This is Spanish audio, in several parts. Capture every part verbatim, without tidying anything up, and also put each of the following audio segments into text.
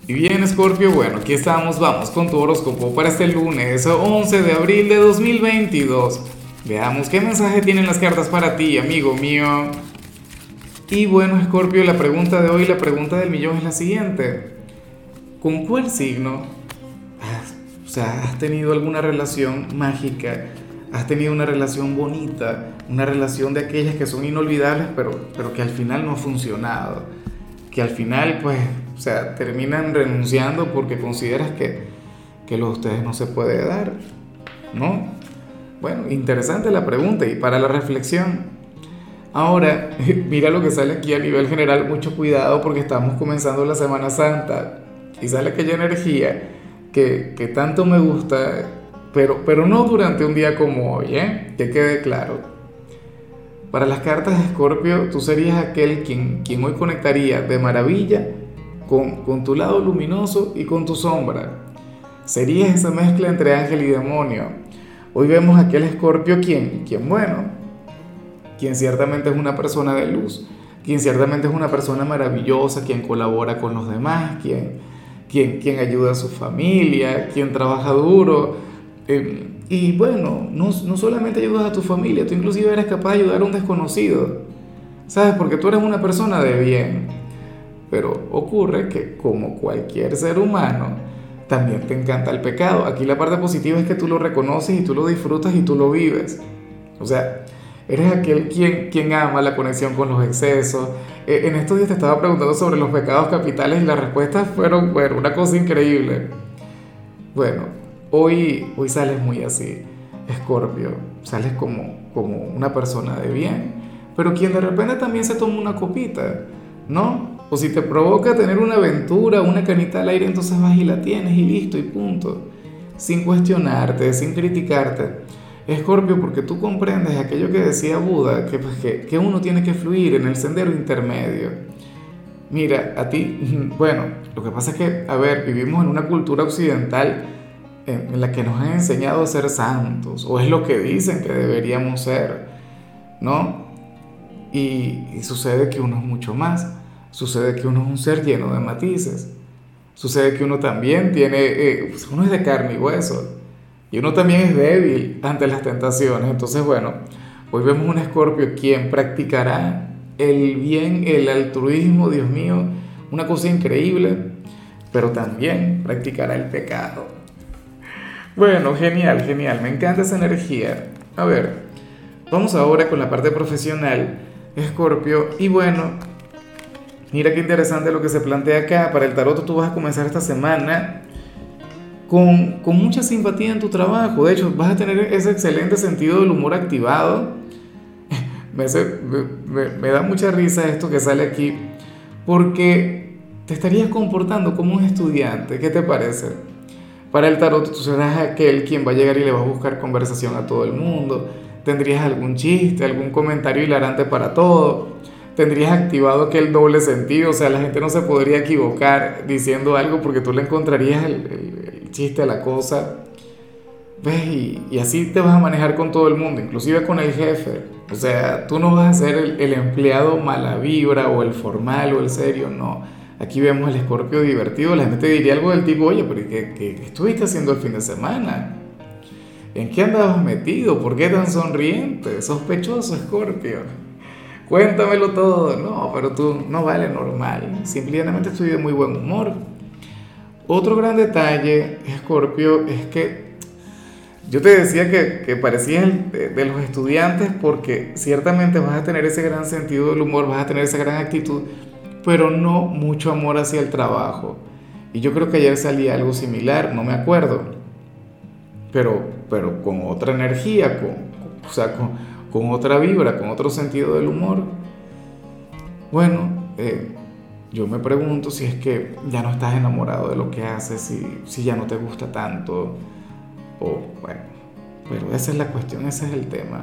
Y bien, Scorpio, bueno, aquí estamos, vamos con tu horóscopo para este lunes once de abril de dos mil veintidós. Veamos qué mensaje tienen las cartas para ti, amigo mío. Y bueno, Scorpio, la pregunta de hoy, la pregunta del millón es la siguiente. ¿Con cuál signo has, o sea, has tenido alguna relación mágica? ¿Has tenido una relación bonita? Una relación de aquellas que son inolvidables, pero, pero que al final no ha funcionado. Que al final, pues, o sea, terminan renunciando porque consideras que, que lo de ustedes no se puede dar, ¿no? Bueno, interesante la pregunta y para la reflexión. Ahora, mira lo que sale aquí a nivel general, mucho cuidado porque estamos comenzando la Semana Santa y sale aquella energía que, que tanto me gusta, pero, pero no durante un día como hoy, ¿eh? Que quede claro. Para las cartas de Escorpio, tú serías aquel quien, quien hoy conectaría de maravilla con, con tu lado luminoso y con tu sombra. Serías esa mezcla entre ángel y demonio. Hoy vemos aquel Escorpio quien, quien bueno, quien ciertamente es una persona de luz, quien ciertamente es una persona maravillosa, quien colabora con los demás, quien, quien, quien ayuda a su familia, quien trabaja duro. Eh, y bueno, no, no solamente ayudas a tu familia, tú inclusive eres capaz de ayudar a un desconocido, ¿sabes? Porque tú eres una persona de bien. Pero ocurre que como cualquier ser humano, también te encanta el pecado. Aquí la parte positiva es que tú lo reconoces y tú lo disfrutas y tú lo vives. O sea, eres aquel quien, quien ama la conexión con los excesos. Eh, en estos días te estaba preguntando sobre los pecados capitales y las respuestas fueron, bueno, una cosa increíble. Bueno, Hoy, hoy sales muy así, Escorpio, sales como, como una persona de bien, pero quien de repente también se toma una copita, ¿no? O si te provoca tener una aventura, una canita al aire, entonces vas y la tienes y listo y punto, sin cuestionarte, sin criticarte. Escorpio, porque tú comprendes aquello que decía Buda, que, pues, que, que uno tiene que fluir en el sendero intermedio. Mira, a ti, bueno, lo que pasa es que, a ver, vivimos en una cultura occidental en la que nos han enseñado a ser santos, o es lo que dicen que deberíamos ser, ¿no? Y, y sucede que uno es mucho más, sucede que uno es un ser lleno de matices, sucede que uno también tiene, eh, pues uno es de carne y hueso, y uno también es débil ante las tentaciones. Entonces, bueno, hoy vemos un Escorpio quien practicará el bien, el altruismo, Dios mío, una cosa increíble, pero también practicará el pecado. Bueno, genial, genial, me encanta esa energía. A ver, vamos ahora con la parte profesional, Escorpio. Y bueno, mira qué interesante lo que se plantea acá. Para el tarot tú vas a comenzar esta semana con, con mucha simpatía en tu trabajo. De hecho, vas a tener ese excelente sentido del humor activado. Me, hace- me, me- me da mucha risa esto que sale aquí, porque te estarías comportando como un estudiante. ¿Qué te parece? Para el tarot tú serás aquel quien va a llegar y le va a buscar conversación a todo el mundo. Tendrías algún chiste, algún comentario hilarante para todo. Tendrías activado aquel doble sentido, o sea, la gente no se podría equivocar diciendo algo porque tú le encontrarías el, el- el chiste a la cosa. ¿Ves? Y, y así te vas a manejar con todo el mundo, inclusive con el jefe. O sea, tú no vas a ser el, el empleado mala vibra o el formal o el serio, no. Aquí vemos al Escorpio divertido. La gente te diría algo del tipo, oye, pero ¿qué, qué, qué estuviste haciendo el fin de semana? ¿En qué andabas metido? ¿Por qué tan sonriente? Sospechoso, Escorpio. Cuéntamelo todo. No, pero tú no vale normal. Simplemente estoy de muy buen humor. Otro gran detalle, Escorpio, es que yo te decía que, que parecías el de, de los estudiantes porque ciertamente vas a tener ese gran sentido del humor, vas a tener esa gran actitud, pero no mucho amor hacia el trabajo. Y yo creo que ayer salía algo similar, no me acuerdo, pero, pero con otra energía, con, o sea, con, con otra vibra, con otro sentido del humor. Bueno, eh, yo me pregunto si es que ya no estás enamorado de lo que haces, si, si ya no te gusta tanto, o bueno, pero esa es la cuestión, ese es el tema.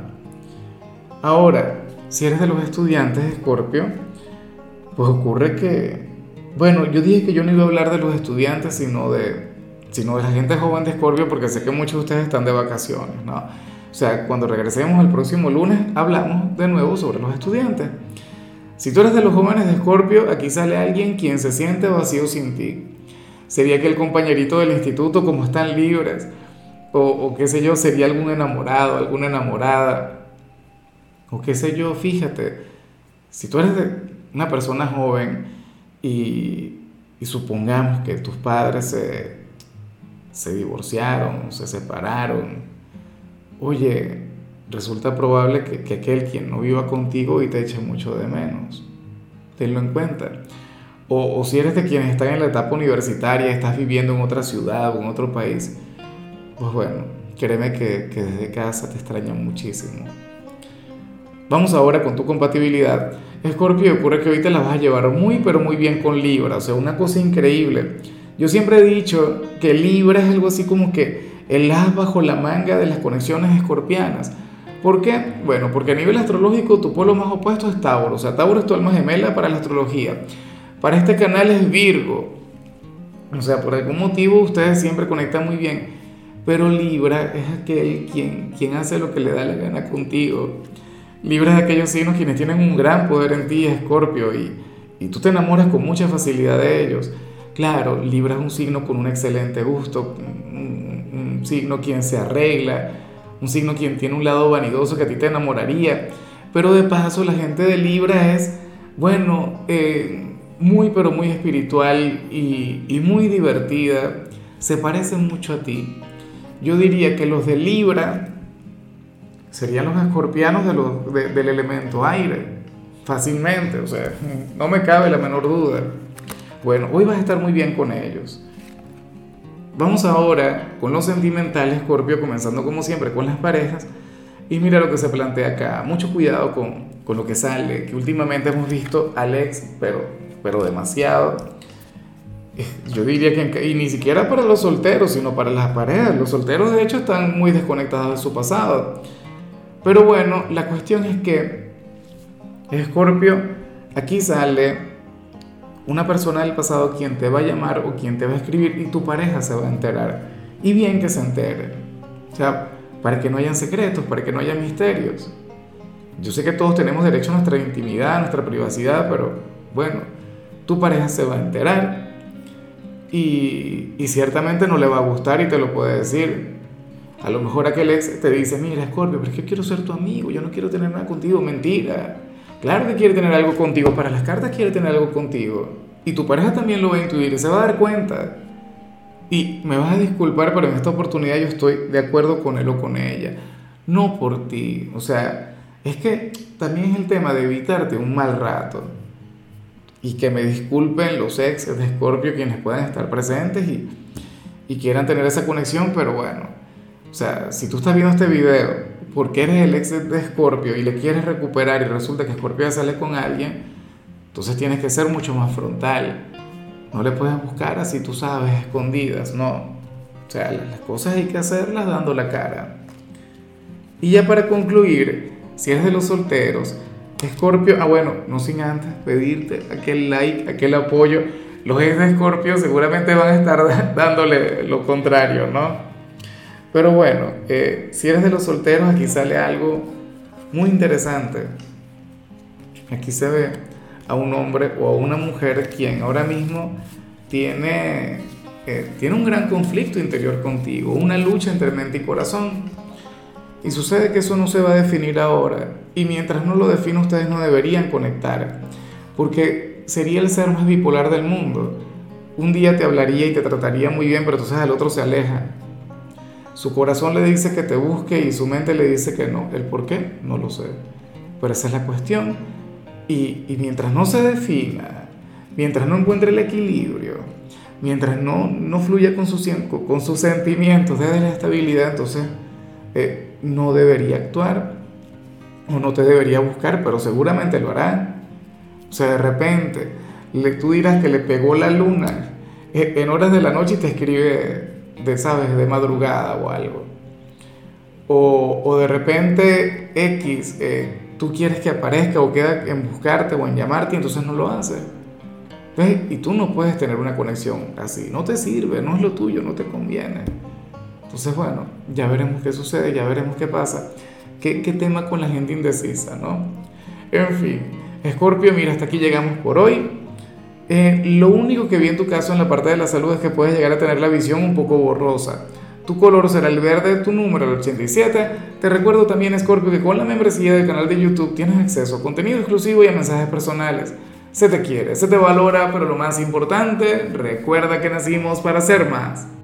Ahora, si eres de los estudiantes de Escorpio, pues ocurre que, bueno, yo dije que yo no iba a hablar de los estudiantes, sino de, sino de la gente joven de Escorpio, porque sé que muchos de ustedes están de vacaciones, ¿no? O sea, cuando regresemos el próximo lunes, hablamos de nuevo sobre los estudiantes. Si tú eres de los jóvenes de Escorpio, aquí sale alguien quien se siente vacío sin ti. sería que el compañerito del instituto, como están libres, o, o qué sé yo, sería algún enamorado, alguna enamorada, o qué sé yo, fíjate, si tú eres de una persona joven y, y supongamos que tus padres se, se divorciaron, se separaron, oye, resulta probable que, que aquel quien no viva contigo y te eche mucho de menos. Tenlo en cuenta. O, o si eres de quienes están en la etapa universitaria, estás viviendo en otra ciudad o en otro país, pues bueno, créeme que, que desde casa te extrañan muchísimo. Vamos ahora con tu compatibilidad. Escorpio, ocurre que hoy te la vas a llevar muy pero muy bien con Libra, o sea, una cosa increíble. Yo siempre he dicho que Libra es algo así como que el as bajo la manga de las conexiones escorpianas. ¿Por qué? Bueno, porque a nivel astrológico tu polo más opuesto es Tauro, o sea, Tauro es tu alma gemela para la astrología. Para este canal es Virgo, o sea, por algún motivo ustedes siempre conectan muy bien, pero Libra es aquel quien, quien hace lo que le da la gana contigo. Libra es de aquellos signos quienes tienen un gran poder en ti, Escorpio, y, y tú te enamoras con mucha facilidad de ellos. Claro, Libra es un signo con un excelente gusto, un, un signo quien se arregla, un signo quien tiene un lado vanidoso que a ti te enamoraría, pero de paso la gente de Libra es, bueno, eh, muy pero muy espiritual y, y muy divertida, se parecen mucho a ti. Yo diría que los de Libra serían los escorpianos de los, de, del elemento aire, fácilmente, o sea, no me cabe la menor duda. Bueno, hoy vas a estar muy bien con ellos. Vamos ahora con lo sentimental, Escorpio, comenzando como siempre con las parejas. Y mira lo que se plantea acá. Mucho cuidado con, con lo que sale, que últimamente hemos visto al ex, pero, pero demasiado. Yo diría que, y ni siquiera para los solteros, sino para las parejas. Los solteros, de hecho, están muy desconectados de su pasado. Pero bueno, la cuestión es que, Escorpio, aquí sale una persona del pasado quien te va a llamar o quien te va a escribir y tu pareja se va a enterar. Y bien que se entere. O sea, para que no hayan secretos, para que no haya misterios. Yo sé que todos tenemos derecho a nuestra intimidad, a nuestra privacidad, pero bueno, tu pareja se va a enterar y, y ciertamente no le va a gustar y te lo puede decir. A lo mejor aquel ex te dice, mira, Scorpio, pero es que yo quiero ser tu amigo, yo no quiero tener nada contigo. Mentira. Claro que quiere tener algo contigo, para las cartas quiere tener algo contigo. Y tu pareja también lo va a intuir y se va a dar cuenta. Y me vas a disculpar, pero en esta oportunidad yo estoy de acuerdo con él o con ella. No por ti. O sea, es que también es el tema de evitarte un mal rato. Y que me disculpen los exes de Scorpio quienes puedan estar presentes y, y quieran tener esa conexión, pero bueno. O sea, si tú estás viendo este video porque eres el ex de Scorpio y le quieres recuperar y resulta que Scorpio sale con alguien, entonces tienes que ser mucho más frontal. No le puedes buscar así, tú sabes, escondidas, no. O sea, las cosas hay que hacerlas dando la cara. Y ya para concluir, si eres de los solteros, Scorpio, ah bueno, no sin antes pedirte aquel like, aquel apoyo. Los ex de Scorpio seguramente van a estar dándole lo contrario, ¿no? Pero bueno, eh, si eres de los solteros, aquí sale algo muy interesante. Aquí se ve a un hombre o a una mujer quien ahora mismo tiene, eh, tiene un gran conflicto interior contigo, una lucha entre mente y corazón. Y sucede que eso no se va a definir ahora. Y mientras no lo define, ustedes no deberían conectar. Porque sería el ser más bipolar del mundo. Un día te hablaría y te trataría muy bien, pero entonces al otro se aleja. Su corazón le dice que te busque y su mente le dice que no. ¿El por qué? No lo sé. Pero esa es la cuestión. Y, y mientras no se defina, mientras no encuentre el equilibrio, mientras no, no fluya con, su, con sus sentimientos desde la estabilidad, entonces eh, no debería actuar o no te debería buscar, pero seguramente lo hará. O sea, de repente le, tú dirás que le pegó la luna eh, en horas de la noche y te escribe de, ¿sabes?, de madrugada o algo. O, o de repente X, eh, tú quieres que aparezca o queda en buscarte o en llamarte y entonces no lo hace. ¿Ves? Y tú no puedes tener una conexión así, no te sirve, no es lo tuyo, no te conviene. Entonces, bueno, ya veremos qué sucede, ya veremos qué pasa. ¿Qué, qué tema con la gente indecisa, ¿no? En fin, Escorpio, mira, hasta aquí llegamos por hoy. Eh, lo único que vi en tu caso en la parte de la salud es que puedes llegar a tener la visión un poco borrosa. Tu color será el verde, tu número el ochenta y siete. Te recuerdo también, Scorpio, que con la membresía del canal de YouTube tienes acceso a contenido exclusivo y a mensajes personales. Se te quiere, se te valora, pero lo más importante, recuerda que nacimos para ser más.